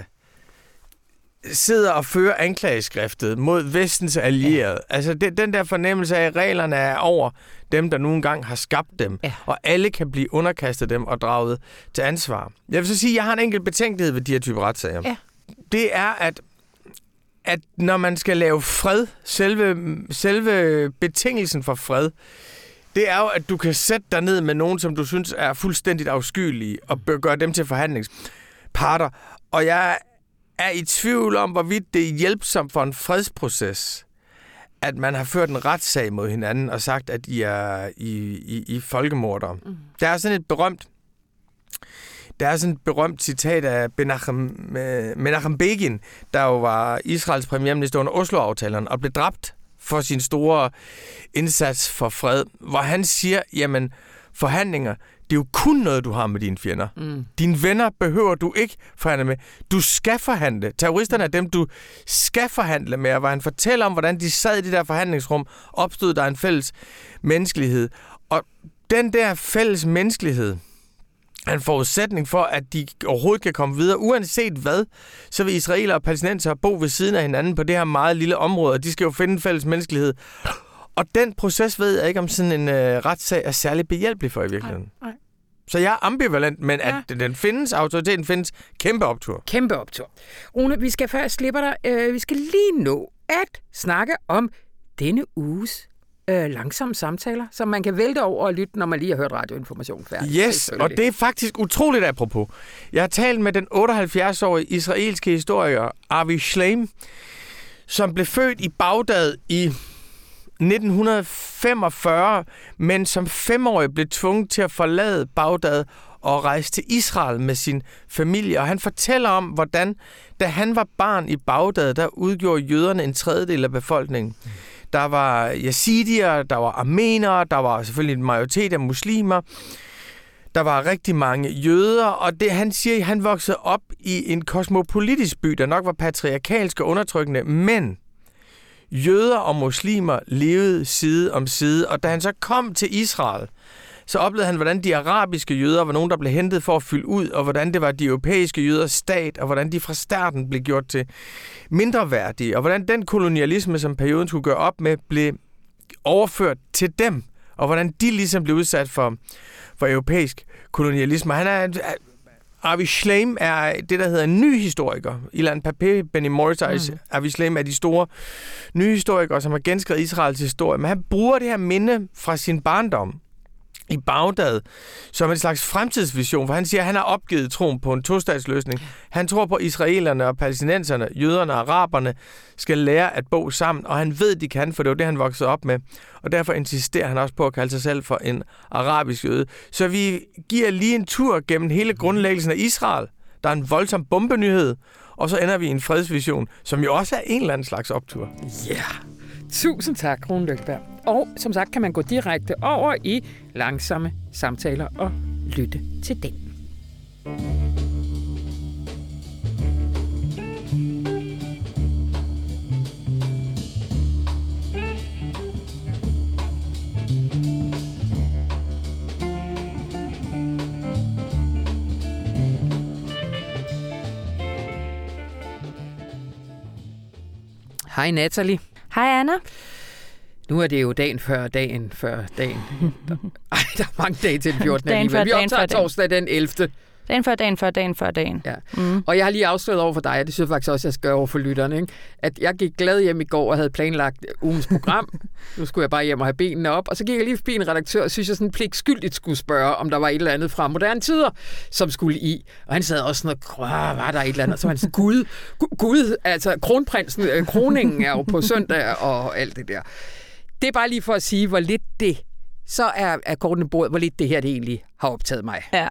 C: sidder og fører anklageskriftet mod vestens allierede. Ja. Altså det, den der fornemmelse af, at reglerne er over dem, der nogle gange har skabt dem, ja. og alle kan blive underkastet dem og draget til ansvar. Jeg vil så sige, at jeg har en enkelt betænkelighed ved de her typer retssager. Ja. Det er, at, at når man skal lave fred, selve, selve betingelsen for fred, det er jo, at du kan sætte dig ned med nogen, som du synes er fuldstændigt afskyelige, og bør gøre dem til forhandlingsparter. Og jeg er i tvivl om, hvorvidt det er hjælpsomt for en fredsproces, at man har ført en retssag mod hinanden og sagt, at I er i, i, i folkemordere. Mm. Der er sådan et berømt der er sådan et berømt citat af Menachem, Menachem Begin, der jo var Israels premierminister under Oslo-aftalerne og blev dræbt for sin store indsats for fred, hvor han siger, jamen forhandlinger, det er jo kun noget, du har med dine fjender. Mm. Dine venner behøver du ikke forhandle med. Du skal forhandle. Terroristerne er dem, du skal forhandle med. Og hvor han fortæller om, hvordan de sad i det der forhandlingsrum, opstod der en fælles menneskelighed. Og den der fælles menneskelighed er en forudsætning for, at de overhovedet kan komme videre. Uanset hvad, så vil israeler og palæstinenser bo ved siden af hinanden på det her meget lille område, og de skal jo finde en fælles menneskelighed. Og den proces ved jeg ikke, om sådan en øh, retssag er særlig behjælpelig for i virkeligheden. Nej, nej. Så jeg er ambivalent, men ja. at den findes, autoriteten findes, kæmpe optur.
A: Kæmpe optur. Rune, vi skal først slippe dig. Øh, vi skal lige nå at snakke om denne uges øh, langsomme samtaler, som man kan vælte over og lytte, når man lige har hørt radioinformation færdig.
C: Yes, og det er faktisk utroligt apropos. Jeg har talt med den otteoghalvfjerds-årige israelske historiker Avi Shlaim, som blev født i Bagdad i nitten femogfyrre, men som femårig blev tvunget til at forlade Bagdad og rejse til Israel med sin familie. Og han fortæller om, hvordan, da han var barn i Bagdad, der udgjorde jøderne en tredjedel af befolkningen. Der var yazidier, der var armenere, der var selvfølgelig en majoritet af muslimer. Der var rigtig mange jøder, og det, han siger, han voksede op i en kosmopolitisk by, der nok var patriarkalsk og undertrykkende, men jøder og muslimer levede side om side, og da han så kom til Israel, så oplevede han, hvordan de arabiske jøder var nogen, der blev hentet for at fylde ud, og hvordan det var de europæiske jøders stat, og hvordan de fra starten blev gjort til mindreværdige, og hvordan den kolonialisme, som perioden skulle gøre op med, blev overført til dem, og hvordan de ligesom blev udsat for, for europæisk kolonialisme. Han er... Avi Shlaim er det, der hedder en ny historiker. Ilan Pappé, Benny Morris og mm. Avi Shlaim er de store nye historikere, som har genskrevet Israels historie. Men han bruger det her minde fra sin barndom i Bagdad som en slags fremtidsvision, for han siger, at han har opgivet troen på en tostatsløsning. Han tror på, at israelerne og palæstinenserne, jøderne og araberne skal lære at bo sammen, og han ved, de kan, for det var det, han voksede op med. Og derfor insisterer han også på at kalde sig selv for en arabisk jøde. Så vi giver lige en tur gennem hele grundlæggelsen af Israel. Der er en voldsom bombenyhed, og så ender vi i en fredsvision, som jo også er en eller anden slags optur.
A: Ja, yeah. Tusind tak, Rune Lykkeberg. Og som sagt kan man gå direkte over i langsomme samtaler og lytte til den. Hej Natalie.
D: Hej Anna.
A: Nu er det jo dagen før dagen før dagen. Der, ej, der er mange dage til den fjortende alligevel. Vi optager torsdag den ellevte
D: Dagen før dagen før dagen før dagen.
A: Ja. Mm. Og jeg har lige afsløret over for dig, og det synes jeg faktisk også, jeg skal gøre over for lytterne, ikke? At jeg gik glad hjem i går og havde planlagt ugens program. Nu skulle jeg bare hjem og have benene op. Og så gik jeg lige forbi en redaktør og synes, jeg sådan pligtskyldigt skulle spørge, om der var et eller andet fra moderne tider, som skulle i. Og han sad også sådan og, var der et eller andet? Og så var han sådan, gud, gud, altså kronprinsen, øh, kroningen er jo på søndag og alt det der. Det er bare lige for at sige, hvor lidt det, så er, er kortene bordet, hvor lidt det her det egentlig har optaget mig.
D: Ja.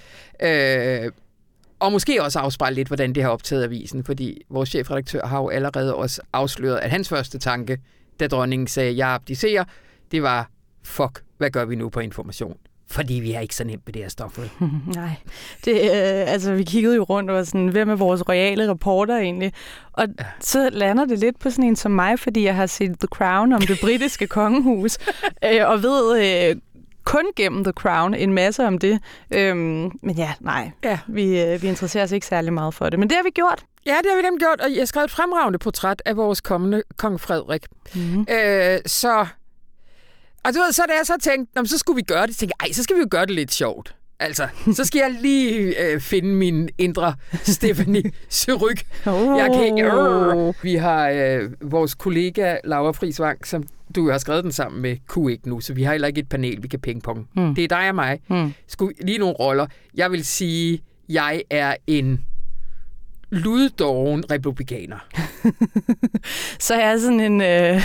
A: Øh, og måske også afspejle lidt, hvordan det har optaget avisen, fordi vores chefredaktør har jo allerede også afsløret, at hans første tanke, da dronningen sagde, jeg abdicerer, det var, fuck, hvad gør vi nu på Information? Fordi vi er ikke så nemt med det her stof.
D: Nej, det, øh, altså vi kiggede jo rundt og var sådan, hvem er vores royale reporter egentlig? Og ja. Så lander det lidt på sådan en som mig, fordi jeg har set The Crown om det britiske kongehus, øh, og ved øh, kun gennem The Crown en masse om det. Øhm, men ja, nej, ja. Vi, øh, vi interesserer os ikke særlig meget for det. Men det har vi gjort.
A: Ja, det har vi nemt gjort, og jeg skrev et fremragende portræt af vores kommende kong Frederik. Mm-hmm. Øh, så... Og du ved, så da jeg så tænkte, så skulle vi gøre det, så tænkte jeg, ej, så skal vi jo gøre det lidt sjovt. Altså, så skal jeg lige øh, finde min indre Stephanie Surrugue. Oh. Jeg kan ikke... Øh. Vi har øh, vores kollega Laura Friis-Vang, som du har skrevet den sammen med, kunne ikke nu, så vi har heller ikke et panel, vi kan pingpong. Mm. Det er dig og mig. Mm. Skulle lige nogle roller. Jeg vil sige, jeg er en luddoven republikaner.
D: Så jeg er sådan en, øh,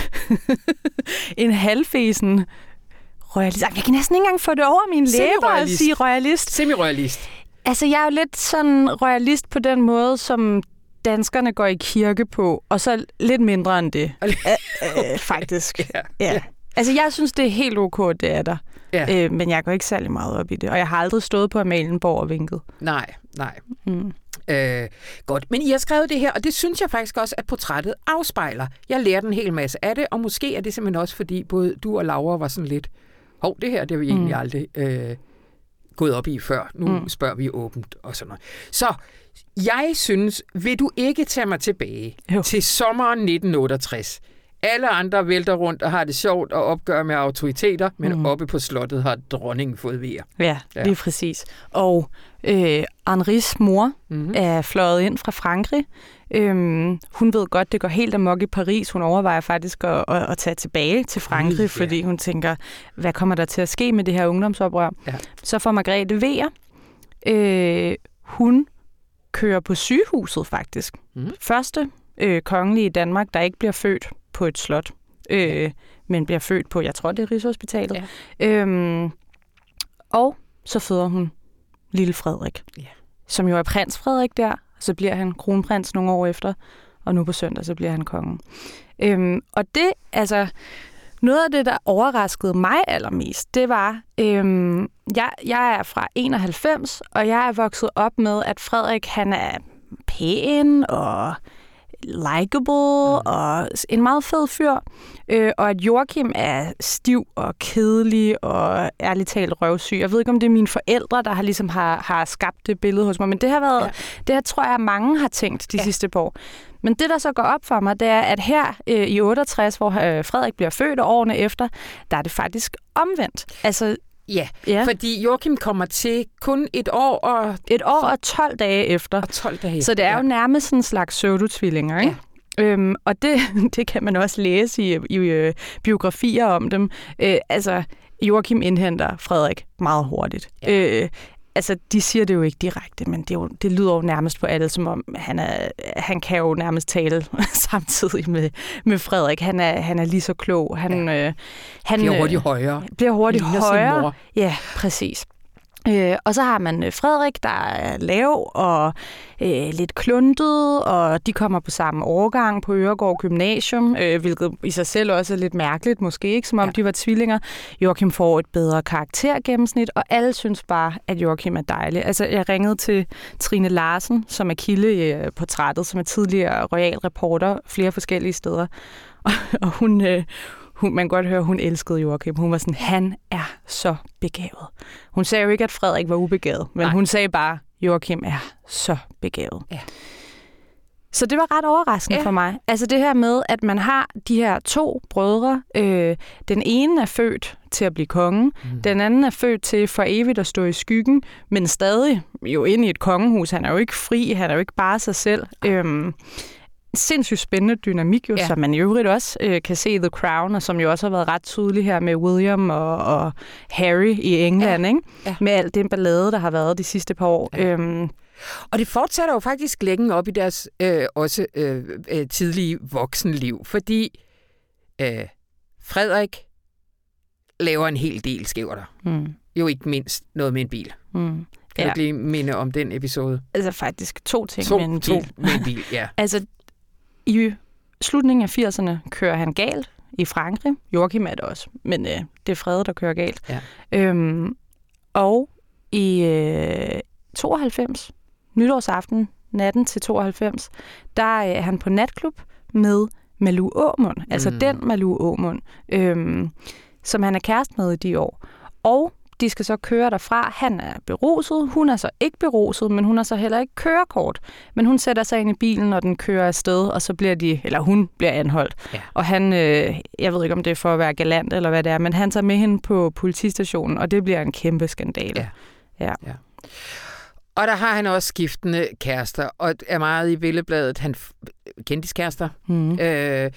D: en halvfesen royalist. Jeg kan næsten ikke engang få det over min læber at sige royalist.
A: Semi-royalist.
D: Altså, jeg er jo lidt sådan royalist på den måde, som danskerne går i kirke på, og så lidt mindre end det. Æ, øh, faktisk. Ja. Ja. Altså, jeg synes, det er helt ok, det er der. Ja. Øh, men jeg går ikke særlig meget op i det. Og jeg har aldrig stået på Amalienborg og vinket.
A: Nej, nej. Mm. Øh, godt, men I har skrevet det her, og det synes jeg faktisk også, at portrættet afspejler. Jeg lærte en hel masse af det, og måske er det simpelthen også, fordi både du og Laura var sådan lidt, hov, det her, det har vi egentlig mm. aldrig øh, gået op i før. Nu mm. spørger vi åbent og sådan noget. Så jeg synes, vil du ikke tage mig tilbage jo. til sommeren nitten otteogtres? Alle andre vælter rundt og har det sjovt og opgør med autoriteter, men mm. oppe på slottet har dronningen fået vejer.
D: Ja, ja, lige præcis. Og øh, Henris mor mm-hmm. er fløjet ind fra Frankrig. Øhm, hun ved godt, det går helt amok i Paris. Hun overvejer faktisk at, at, at tage tilbage til Frankrig, ja. fordi hun tænker, hvad kommer der til at ske med det her ungdomsoprør? Ja. Så får Margrethe vejer. Øh, hun kører på sygehuset faktisk. Mm. Første øh, kongelige i Danmark, der ikke bliver født på et slot, øh, ja. men bliver født på, jeg tror, det er Rigshospitalet. Ja. Øhm, og så føder hun lille Frederik, ja. som jo er prins Frederik der, så bliver han kronprins nogle år efter, og nu på søndag, så bliver han kongen. Øhm, og det, altså, noget af det, der overraskede mig allermest, det var, øhm, jeg, jeg er fra enoghalvfems, og jeg er vokset op med, at Frederik, han er pæn og likable mm. og en meget fed fyr. Øh, og at Joachim er stiv og kedelig og ærligt talt røvsyg. Jeg ved ikke, om det er mine forældre, der har, ligesom har, har skabt det billede hos mig, men det har været, ja. det her tror jeg, mange har tænkt de ja. sidste par år. Men det, der så går op for mig, det er, at her øh, i otteogtres, hvor øh, Frederik bliver født, og årene efter, der er det faktisk omvendt. Altså,
A: ja, ja, fordi Joachim kommer til kun et år og...
D: Et år og tolv dage efter.
A: Og tolv dage
D: Så det er jo ja. nærmest sådan en slags pseudotvillinger, ikke? Ja. Øhm, og det, det kan man også læse i, i øh, biografier om dem. Øh, altså, Joachim indhenter Frederik meget hurtigt. Ja. Øh, Altså, de siger det jo ikke direkte, men det, jo, det lyder jo nærmest på alle, som om han, er, han kan jo nærmest tale samtidig med, med Frederik. Han er, han er lige så klog. Han, ja. øh, han
A: bliver hurtigt højere.
D: Bliver hurtigt højere. Ja, præcis. Øh, og så har man Frederik, der er lav og øh, lidt kluntet, og de kommer på samme årgang på Øregård Gymnasium, øh, hvilket i sig selv også er lidt mærkeligt, måske ikke, som om ja. de var tvillinger. Joachim får et bedre karaktergennemsnit, og alle synes bare, at Joachim er dejlig. Altså, jeg ringede til Trine Larsen, som er kilde i portrættet, som er tidligere royal reporter flere forskellige steder, og, og hun... Øh, Hun, man kan godt høre, at hun elskede Joachim. Hun var sådan, han er så begavet. Hun sagde jo ikke, at Frederik var ubegavet, men Nej. hun sagde bare, at Joachim er så begavet. Ja. Så det var ret overraskende ja. for mig. Altså det her med, at man har de her to brødre. Øh, den ene er født til at blive konge. Mm. Den anden er født til for evigt at stå i skyggen, men stadig jo inde i et kongehus. Han er jo ikke fri, han er jo ikke bare sig selv. Øhm, sindssygt spændende dynamik, jo, ja. som man i øvrigt også øh, kan se i The Crown, og som jo også har været ret tydelig her med William og, og Harry i England, ja. Ikke? Ja. Med alt den ballade, der har været de sidste par år. Ja. Øhm.
A: Og det fortsætter jo faktisk længe op i deres øh, også øh, øh, tidlige voksenliv, fordi øh, Frederik laver en hel del skævter. Mm. Jo ikke mindst noget med en bil. Mm. Kan ja. du lige minde om den episode?
D: Altså faktisk to ting
A: to,
D: med en bil.
A: To med en bil, ja.
D: altså i slutningen af firserne kører han galt i Frankrig. Joachim er det også, men øh, det er Frede, der kører galt. Ja. Øhm, og i øh, tooghalvfems, nytårsaften, natten til tooghalvfems, der er han på natklub med Malou Aamund. Altså mm. den Malou Aamund, øhm, som han er kæreste med i de år. Og de skal så køre derfra. Han er beruset. Hun er så ikke beruset, men hun har så heller ikke kørekort. Men hun sætter sig ind i bilen, når den kører afsted, og så bliver de, eller hun bliver anholdt. Ja. Og han, øh, jeg ved ikke, om det er for at være galant eller hvad det er, men han tager med hende på politistationen, og det bliver en kæmpe skandale.
A: Ja.
D: Ja.
A: Ja. Og der har han også skiftende kærester, og er meget i Billedbladet. Han kendiskærester. Mm. Øh,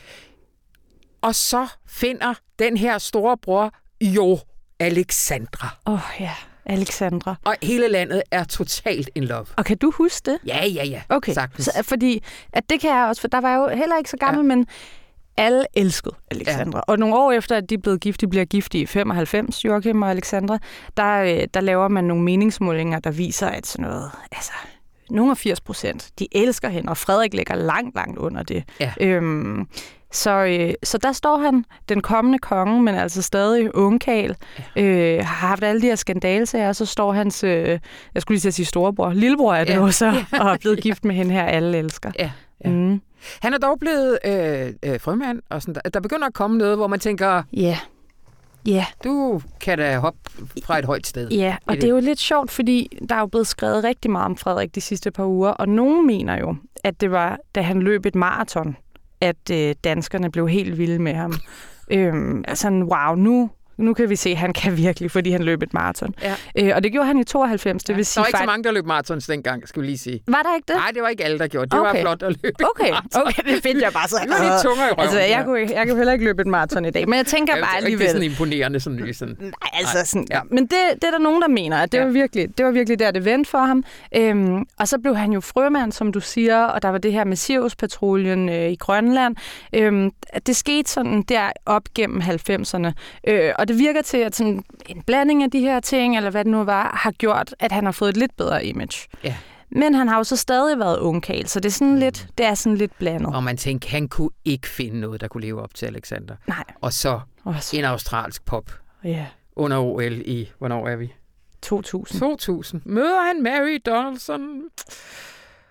A: og så finder den her store bror jo Alexandra.
D: Åh oh, ja, Alexandra.
A: Og hele landet er totalt in love.
D: Og kan du huske det?
A: Ja, ja, ja.
D: Okay, så, fordi at det kan jeg også, for der var jo heller ikke så gammel, ja. men alle elskede Alexandra. Ja. Og nogle år efter, at de er blevet gift, de bliver gift i femoghalvfems, Joachim og Alexandra, der, der laver man nogle meningsmålinger, der viser, at sådan noget, altså nogle af firs procent, de elsker hende, og Frederik ligger langt, langt under det. Ja. Øhm, Så, øh, så der står han, den kommende konge, men altså stadig ungkarl, ja. øh, har haft alle de her skandalsager, og så står hans, øh, jeg skulle lige til at sige storebror, lillebror er det ja. også, og er blevet gift med hende her, alle elsker. Ja. Ja. Mm.
A: Han er dog blevet øh, øh, frømand, og sådan der. Der begynder at komme noget, hvor man tænker,
D: ja. Ja.
A: Du kan da hoppe fra et højt sted.
D: Ja, og det er jo lidt sjovt, fordi der er jo blevet skrevet rigtig meget om Frederik de sidste par uger, og nogen mener jo, at det var, da han løb et maraton, at øh, danskerne blev helt vilde med ham. øhm, sådan, wow, nu, nu kan vi se, at han kan virkelig, fordi han løb et maraton. Ja. Øh, og det gjorde han i tooghalvfems. Det
A: ja,
D: vil sige,
A: der var ikke så mange, der løb maratons dengang, skulle lige sige.
D: Var der ikke det?
A: Nej, det var ikke alle, der gjorde det. Det okay. var flot at løbe
D: okay. okay, det finder jeg bare så.
A: Det var lidt tungere i røven.
D: Altså, jeg, kunne, jeg kan heller ikke løbe et maraton i dag, men jeg tænker
A: jeg
D: bare alligevel.
A: Det er sådan imponerende, sådan lige sådan.
D: Nej, altså sådan. Ja. Men det, det er der nogen, der mener, at det, ja. var virkelig, det var virkelig der, det vendte for ham. Øhm, og så blev han jo frømand, som du siger, og der var det her med Sirius-patruljen øh, i Grønland. Øhm, det skete sådan der op gennem halvfemserne. Øh, og det virker til, at sådan en blanding af de her ting, eller hvad det nu var, har gjort, at han har fået et lidt bedre image. Ja. Men han har jo så stadig været ungkarl, så det er sådan lidt, det er sådan lidt blandet.
A: Og man tænker, han kunne ikke finde noget, der kunne leve op til Alexander.
D: Nej.
A: Og så Også. en australsk pop
D: yeah.
A: under O L i, hvornår er vi?
D: to tusind.
A: to tusind. Møder han Mary Donaldson.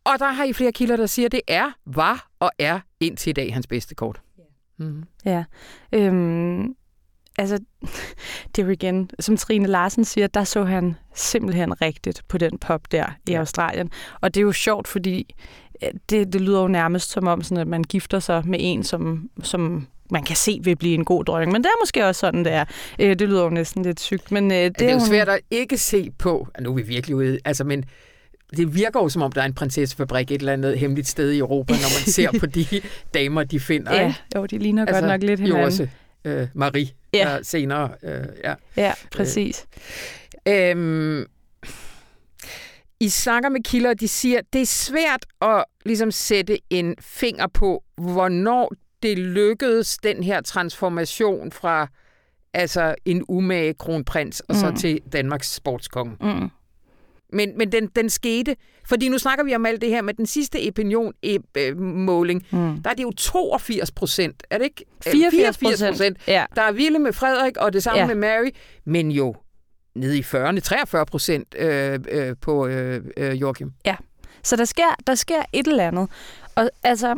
A: Og der har I flere kilder, der siger, at det er, var og er indtil i dag hans bedste kort. Mm.
D: Ja, øhm, altså, det er jo igen, som Trine Larsen siger, der så han simpelthen rigtigt på den pop der i ja. Australien. Og det er jo sjovt, fordi det, det lyder jo nærmest som om, sådan, at man gifter sig med en, som, som man kan se vil blive en god dronning. Men det er måske også sådan, det er. Det lyder jo næsten lidt sygt. Men det,
A: det er jo svært at ikke se på, nu er vi virkelig ude, altså, men det virker jo, som om der er en prinsessefabrik et eller andet hemmeligt sted i Europa, når man ser på de damer, de finder.
D: Ja,
A: ikke?
D: Jo, de ligner altså, godt nok lidt
A: hinanden. Jo
D: hinanden.
A: også øh, Marie, ja. der senere. Øh, ja.
D: ja, præcis.
A: Øh, øhm, I snakker med kilder, de siger, det er svært at ligesom sætte en finger på, hvornår det lykkedes, den her transformation fra altså en umage kronprins og så mm. til Danmarks sportskonge. Mm. Men, men den, den skete, fordi nu snakker vi om alt det her med den sidste opinion-måling. Mm. Der er det jo toogfirs procent, er det ikke?
D: fireogfirs procent,
A: ja. Der er vilde med Frederik, og det samme ja. med Mary, men jo nede i fyrrerne, treogfyrre procent øh, øh, på øh, øh, Joachim.
D: Ja, så der sker, der sker et eller andet. Og altså,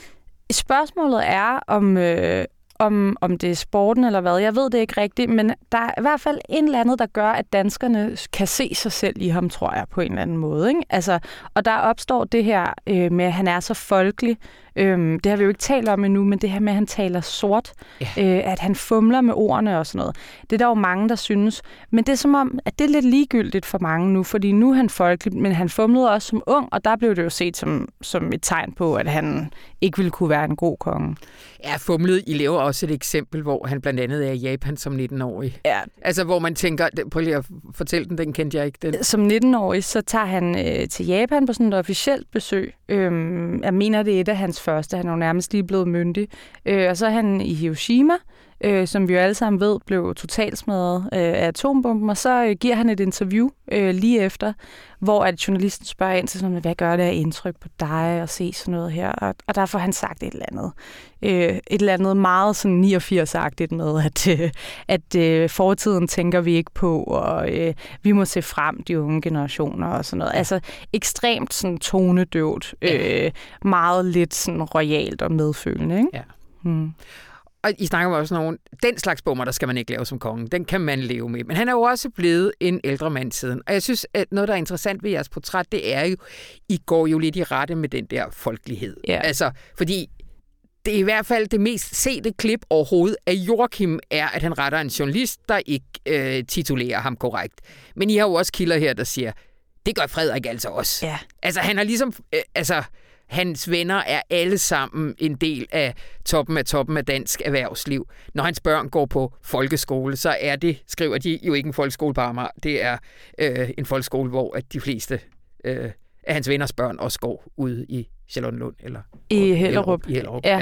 D: spørgsmålet er, om... Øh, Om, om det er sporten eller hvad. Jeg ved det ikke rigtigt, men der er i hvert fald en eller andet, der gør, at danskerne kan se sig selv i ham, tror jeg, på en eller anden måde. Ikke? Altså, og der opstår det her øh, med, at han er så folkelig. Øhm, det har vi jo ikke talt om endnu, men det her med, at han taler sort, ja. øh, at han fumler med ordene og sådan noget. Det er der jo mange, der synes. Men det er som om, at det er lidt ligegyldigt for mange nu, fordi nu er han folkelig, men han fumlede også som ung, og der blev det jo set som, som et tegn på, at han ikke ville kunne være en god konge.
A: Ja, fumlede. I laver også et eksempel, hvor han blandt andet er i Japan som nitten-årig. Ja. Altså, hvor man tænker, prøv lige at fortælle den, den kendte jeg ikke. Den.
D: Som nitten-årig, så tager han øh, til Japan på sådan et officielt besøg. Øhm, jeg mener, det er et af hans første. Han er jo nærmest lige blevet myndig. Øh, og så er han i Hiroshima, øh, som vi jo alle sammen ved, blev totalt smadret øh, af atombomben. Og så øh, giver han et interview øh, lige efter, hvor at journalisten spørger ind til sådan, hvad gør det af indtryk på dig og se sådan noget her? Og, og der får han sagt et eller andet. Øh, et eller andet meget sådan niogfirs-agtigt med, at, øh, at øh, fortiden tænker vi ikke på, og øh, vi må se frem, de unge generationer og sådan noget. Altså ekstremt sådan tonedøvt, øh, meget lidt sådan royalt og medfølende, ikke?
A: Ja.
D: Hmm.
A: Og I snakker også nogle, den slags bomber, der skal man ikke lave som kongen. Den kan man leve med. Men han er jo også blevet en ældre mand siden. Og jeg synes, at noget, der er interessant ved jeres portræt, det er jo, I går jo lidt i rette med den der folkelighed.
D: Ja.
A: Altså, fordi det er i hvert fald det mest sete klip overhovedet af Joachim, er, at han retter en journalist, der ikke øh, titulerer ham korrekt. Men I har jo også kilder her, der siger, det gør Frederik altså også.
D: Ja.
A: Altså, han har ligesom... Øh, altså, hans venner er alle sammen en del af toppen af toppen af dansk erhvervsliv. Når hans børn går på folkeskole, så er det, skriver de, jo ikke en folkeskole på Amager. Det er øh, en folkeskole, hvor at de fleste øh, af hans venners børn også går ude i Charlottenlund. Eller
D: I Hellerup.
A: I Hellerup,
D: ja.
A: ja.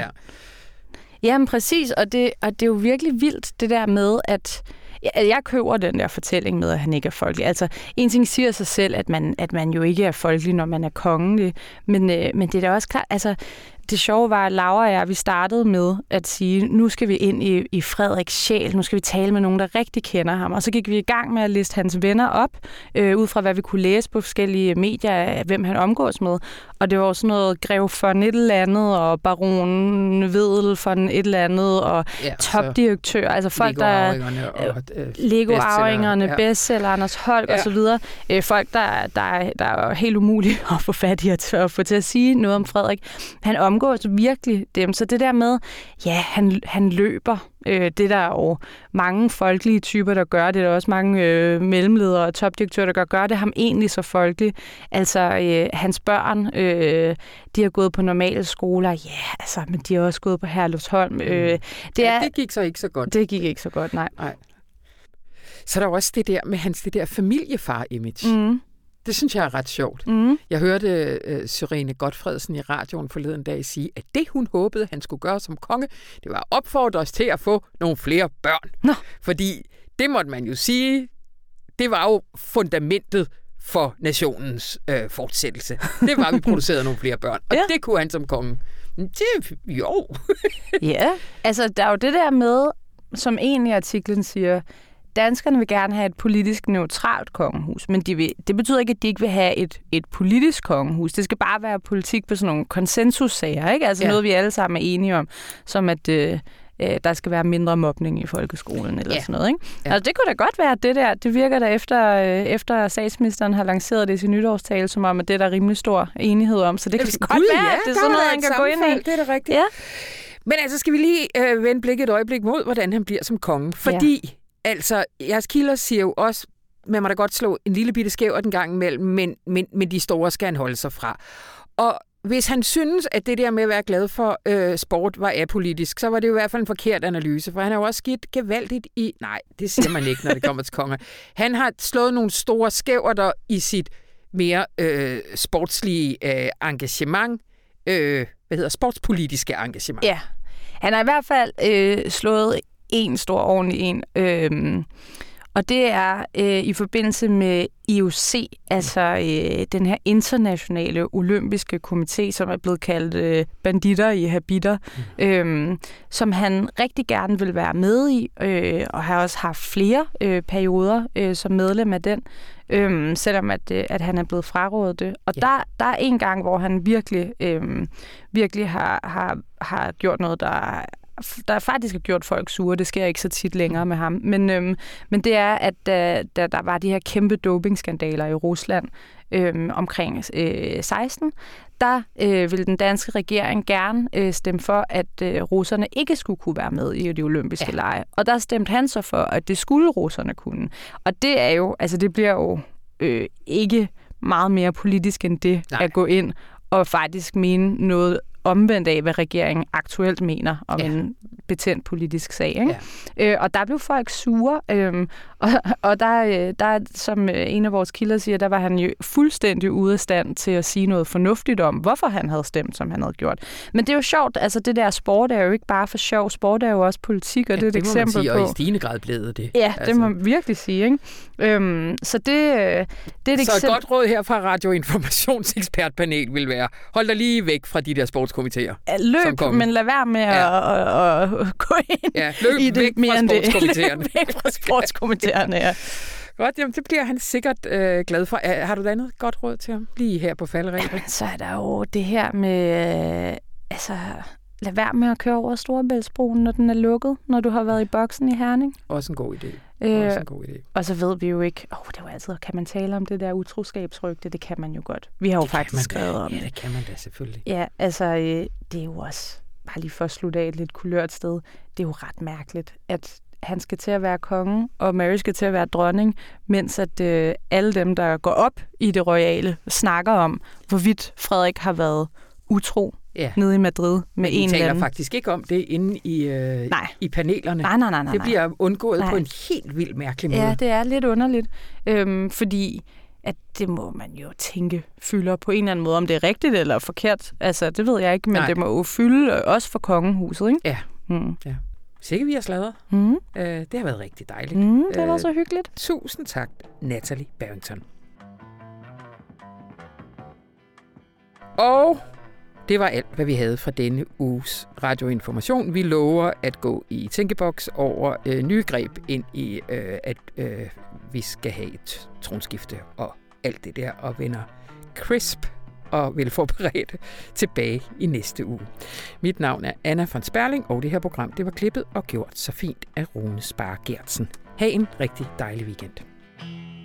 D: Jamen præcis, og det, og det er jo virkelig vildt, det der med, at jeg køber den der fortælling med, at han ikke er folkelig. Altså, en ting siger sig selv, at man, at man jo ikke er folkelig, når man er kongelig, men, øh, men det er da også klart, altså, det sjove var, at Laura og jeg, vi startede med at sige, nu skal vi ind i, i Frederiks sjæl, nu skal vi tale med nogen, der rigtig kender ham. Og så gik vi i gang med at liste hans venner op, øh, ud fra hvad vi kunne læse på forskellige medier, af hvem han omgås med. Og det var sådan noget Grev von et eller andet, og baron Vedel von et eller andet, og ja, topdirektør, altså folk, der... Lego-arvingerne, bestseller, Anders Holk, ja. og så videre. Øh, folk, der, der, der er helt umuligt at få fat i at, at få til at sige noget om Frederik. Han omgås virkelig dem. Så det der med, ja, han, han løber. Øh, det der er jo mange folkelige typer, der gør det. Der er også mange øh, mellemledere og topdirektører, der gør, gør det ham egentlig så folkelig. Altså, øh, hans børn, øh, de har gået på normale skoler. Ja, altså, men de har også gået på Herlufsholm. Øh,
A: det, er, ja, det gik så ikke så godt.
D: Det gik ikke så godt, nej.
A: nej. Så der er også det der med hans det der familiefar-image. Mm. Det synes jeg er ret sjovt. Mm. Jeg hørte uh, Sørine Godfredsen i radioen forleden dag sige, at det, hun håbede, han skulle gøre som konge, det var at opfordre os til at få nogle flere børn. Nå. Fordi det måtte man jo sige, det var jo fundamentet for nationens øh, fortsættelse. Det var, at vi producerede nogle flere børn. Og ja. Det kunne han som konge. Det, jo.
D: Ja, altså der er jo det der med, som en i artiklen siger, danskerne vil gerne have et politisk neutralt kongehus, men de vil, det betyder ikke, at de ikke vil have et, et politisk kongehus. Det skal bare være politik på sådan nogle konsensussager, ikke? Altså ja. noget, vi alle sammen er enige om, som at øh, øh, der skal være mindre mobning i folkeskolen eller ja. sådan noget, ikke? Ja. Altså det kunne da godt være, at det der, det virker da efter, øh, efter statsministeren har lanceret det i sin nytårstale, som om, at det er der rimelig stor enighed om, så det, det kan godt
A: Gud,
D: være,
A: ja,
D: at det er sådan noget, han kan gå ind i.
A: Det er da rigtigt.
D: Ja.
A: Men altså, skal vi lige øh, vende blikket et øjeblik mod, hvordan han bliver som konge. Fordi, ja. altså, jeres kilder siger jo også, man må da godt slå en lille bitte skæver den gang imellem, men, men, men de store skal han holde sig fra. Og hvis han synes, at det der med at være glad for øh, sport var apolitisk, så var det jo i hvert fald en forkert analyse, for han har jo også skidt gevaldigt i... Nej, det siger man ikke, når det kommer til konger. Han har slået nogle store skæverter i sit mere øh, sportslige øh, engagement, øh, hvad hedder sportspolitiske engagement.
D: Ja, han har i hvert fald øh, slået en stor ordentlig en, øh, og det er øh, i forbindelse med I O C, altså øh, den her internationale olympiske komité, som er blevet kaldt øh, banditter i habitter, mm. øh, som han rigtig gerne vil være med i, øh, og har også haft flere øh, perioder øh, som medlem af den, øh, selvom at, øh, at han er blevet frarådet det. Og ja. der, der er en gang, hvor han virkelig, øh, virkelig har, har, har gjort noget, der der faktisk har gjort folk sure. Det sker ikke så tit længere med ham. Men, øhm, men det er, at da, da der var de her kæmpe dopingskandaler i Rusland øhm, omkring øh, seksten, der øh, ville den danske regering gerne øh, stemme for, at øh, russerne ikke skulle kunne være med i de olympiske ja. lege. Og der stemte han så for, at det skulle russerne kunne. Og det er jo, altså det bliver jo øh, ikke meget mere politisk end det, Nej. at gå ind og faktisk mene noget omvendt af, hvad regeringen aktuelt mener om ja. en betændt politisk sag. Ikke? Ja. Øh, og der blev folk sure, øh, og, og der, der, som en af vores kilder siger, der var han jo fuldstændig ude af stand til at sige noget fornuftigt om, hvorfor han havde stemt, som han havde gjort. Men det er jo sjovt, altså det der sport er jo ikke bare for sjov, sport er jo også politik, og ja, det er et
A: det
D: eksempel
A: sige,
D: på...
A: og i stigende grad blevet det.
D: Ja,
A: altså.
D: det må man virkelig sige. Ikke? Øhm, så det, det er et
A: så
D: eksempel...
A: et godt råd her fra radioinformationsekspertpanel vil være, hold dig lige væk fra de der sportskomiteer.
D: Løb, men lad være med ja. at, at, at gå ind
A: ja, løb
D: i det
A: væk
D: mere
A: fra
D: end det.
A: Sportskomiteerne.
D: Løb væk fra sportskomiteerne, ja.
A: Godt, jamen det bliver han sikkert øh, glad for. Har du da andet godt råd til ham? Lige her på falderebet.
D: Jamen, så er der jo det her med, øh, altså, lad være med at køre over Storebæltsbroen, når den er lukket, når du har været i boksen i Herning. Også
A: en god idé.
D: Øh,
A: Også en god idé.
D: Og så ved vi jo ikke, åh, oh, det var altid, kan man tale om det der utroskabsrygte? Det kan man jo godt. Vi har jo
A: det
D: faktisk skrevet om
A: det. Ja, det kan man da selvfølgelig.
D: Ja, altså, øh, det er jo også, bare lige for at slutte af et lidt kulørt sted, det er jo ret mærkeligt, at han skal til at være konge, og Mary skal til at være dronning, mens at øh, alle dem, der går op i det royale, snakker om, hvorvidt Frederik har været utro ja. nede i Madrid med en eller anden.
A: Vi taler faktisk ikke om det inde i, øh, i panelerne.
D: Nej, nej, nej, nej.
A: Det bliver undgået nej. på en helt vildt mærkelig måde.
D: Ja, det er lidt underligt, øhm, fordi at det må man jo tænke fylder på en eller anden måde, om det er rigtigt eller forkert. Altså, det ved jeg ikke, men nej. det må jo fylde også for kongehuset, ikke?
A: Ja, mm. ja. Sikke vi har sladret.
D: Mm.
A: Øh, det har været rigtig dejligt.
D: Mm, det var øh, så hyggeligt.
A: Tusind tak, Natalie Barrington. Og det var alt, hvad vi havde fra denne uges radioinformation. Vi lover at gå i tænkeboks over øh, nye greb ind i, øh, at øh, vi skal have et tronskifte og alt det der, og vender crisp og velforberedt tilbage i næste uge. Mit navn er Anna von Sperling, og det her program det var klippet og gjort så fint af Rune Spar Gertsen. Ha' en rigtig dejlig weekend.